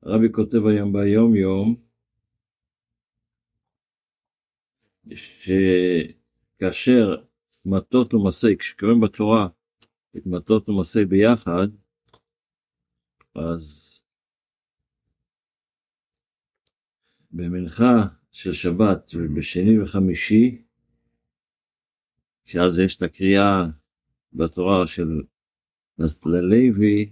הרבי כותב היום ביום יום, שכאשר מטות ומסי, כשקוראים בתורה את מטות ומסי ביחד, אז במנחה של שבת ובשני וחמישי, שאז יש את הקריאה בתורה של ללוי,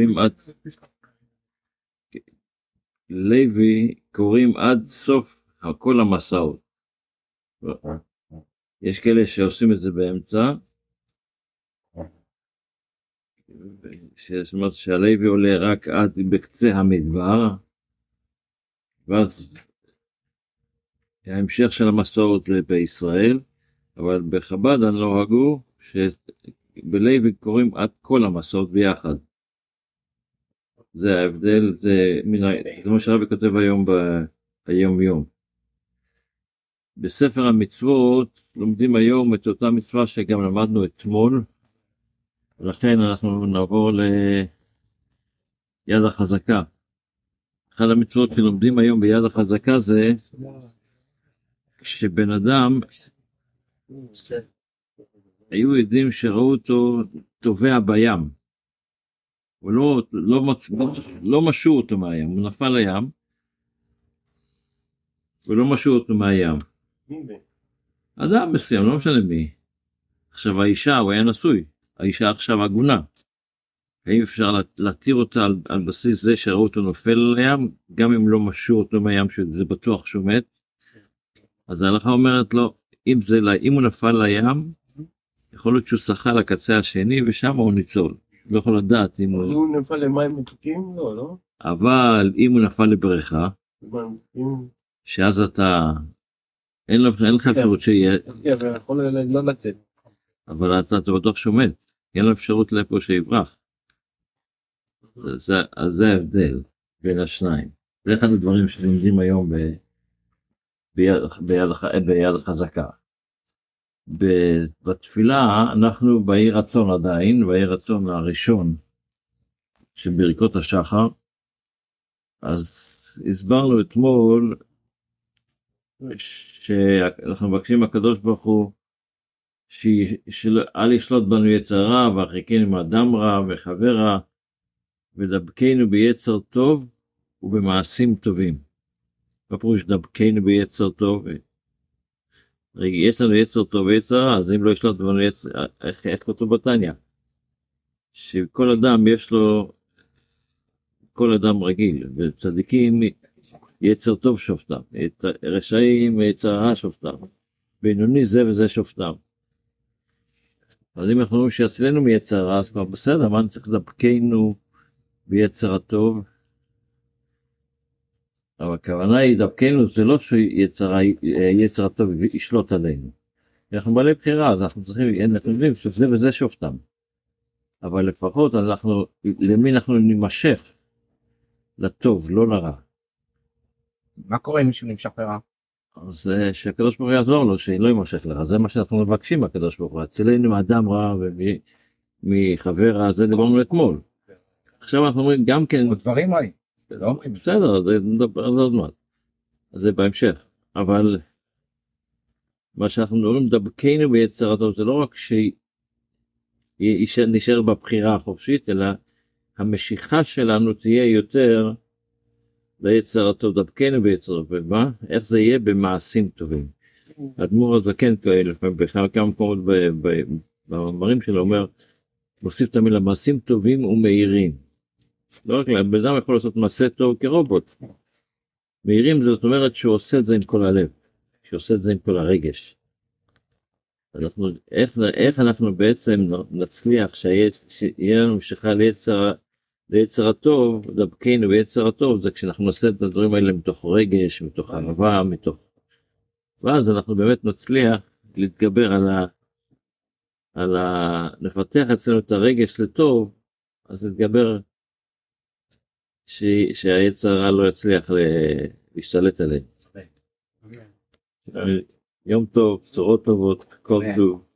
קוראים עד סוף כל המסעות. יש כאלה שעושים את זה באמצע, זאת אומרת שהלוי עולה רק עד בקצה המדבר, ואז ההמשך של המסעות זה בישראל, אבל בחב"ד נוהגו שבלוי קוראים עד כל המסעות ביחד. זה ההבדל, זה מה שהרבי כותב היום ביום יום. בספר המצוות לומדים היום את אותה מצווה שגם למדנו אתמול, לכן אנחנו נעבור ליד החזקה. אחד המצוות שלומדים היום ביד החזקה זה כשבן אדם, היו עדים שראו אותו טובע בים, הוא לא משו אותו מהים, הוא נפל לים ולא משו אותו מהים. אדם מסוים, לא משנה מי. עכשיו האישה, הוא היה נשוי, האישה עכשיו עגונה, האם אפשר להתיר אותה על בסיס זה שראו אותו נופל לים, גם אם לא משו אותו מהים, שזה בטוח שהוא מת? אז ההלכה אומרת לו, אם הוא נפל לים, יכול להיות שהוא שחה לקצה השני ושם הוא ניצול, לא יכול לדעת אם הוא נפל למים מתוקים? לא. אבל אם הוא נפל לבריכה, שאז אתה אין לך אפשרות שיהיה, יכול לא לצאת, אבל אתה בטוח שהוא מת, אין לו אפשרות לאיפה שיברח. אז זה ההבדל בין השניים. זה אחד הדברים שלומדים היום ביד החזקה. בתפילה אנחנו באי רצון עדיין, באי רצון הראשון של ברכות השחר. אז הסברנו אתמול שאנחנו מבקשים הקדוש ברוך הוא אל ישלוט בנו יצר רע והרחיקנו מאדם רע וחבר רע, ודבקנו ביצר טוב ובמעשים טובים. מה פירוש דבקנו ביצר טוב? יש לנו יצר טוב ויצר רע, אז אם לא ישלוט בנו יצר, איך כתוב בתניא? שכל אדם יש לו, כל אדם רגיל, וצדיקים יצר טוב שופטם, רשעים יצר רע שופטם, בינוני זה וזה שופטם. אז אם אנחנו אומרים שיצילנו מיצר רע, אז כבר בסדר, מה נצטרך לדבקנו ביצר הטוב? אבל הכוונה היא דבקנו, זה לא שיצר הטוב ישלוט עלינו. אנחנו בעלי בחירה, אז אנחנו יודעים שזה וזה שופטם. אבל לפחות למי אנחנו נמשך? לטוב, לא לרע. מה קורה אם מישהו נמשך לרע? אז שהקדוש ברוך הוא יעזור לו, שלא ימשך לרע. זה מה שאנחנו מבקשים מהקדוש ברוך הוא. הצילנו מאדם רע ומחבר רע, זה דיברנו אתמול. עכשיו אנחנו אומרים גם כן, דברים רעים, לא אומרים. בסדר, זה נדבר על הזמן, אז זה בהמשך. אבל מה שאנחנו אומרים, דבקנו ביצר הטוב, זה לא רק שנשאר בבחירה החופשית, אלא המשיכה שלנו תהיה יותר ליצר הטוב, דבקנו ביצר הטוב. ומה? איך זה יהיה? במעשים טובים. האדמו"ר הזקן בכלל כמה מקומות במאמרים שלו אומר, מוסיף את המילה מעשים טובים ומאירים. לא רק בן אדם יכול לעשות מעשה טוב כרובוט. מאירים זאת אומרת שהוא עושה את זה עם כל הלב, שהוא עושה את זה עם כל הרגש. איך אנחנו בעצם נצליח שיהיה לנו משיכה ליצר הטוב, דבקנו ביצר הטוב, זה כשאנחנו נעשה את הדברים האלה מתוך רגש, מתוך אהבה, ואז אנחנו באמת נצליח להתגבר נפתח אצלנו את הרגש לטוב, אז נתגבר שהיצר הרע לא יצליח להשתלט עליהם. יום טוב, בשורות טובות, כל טוב.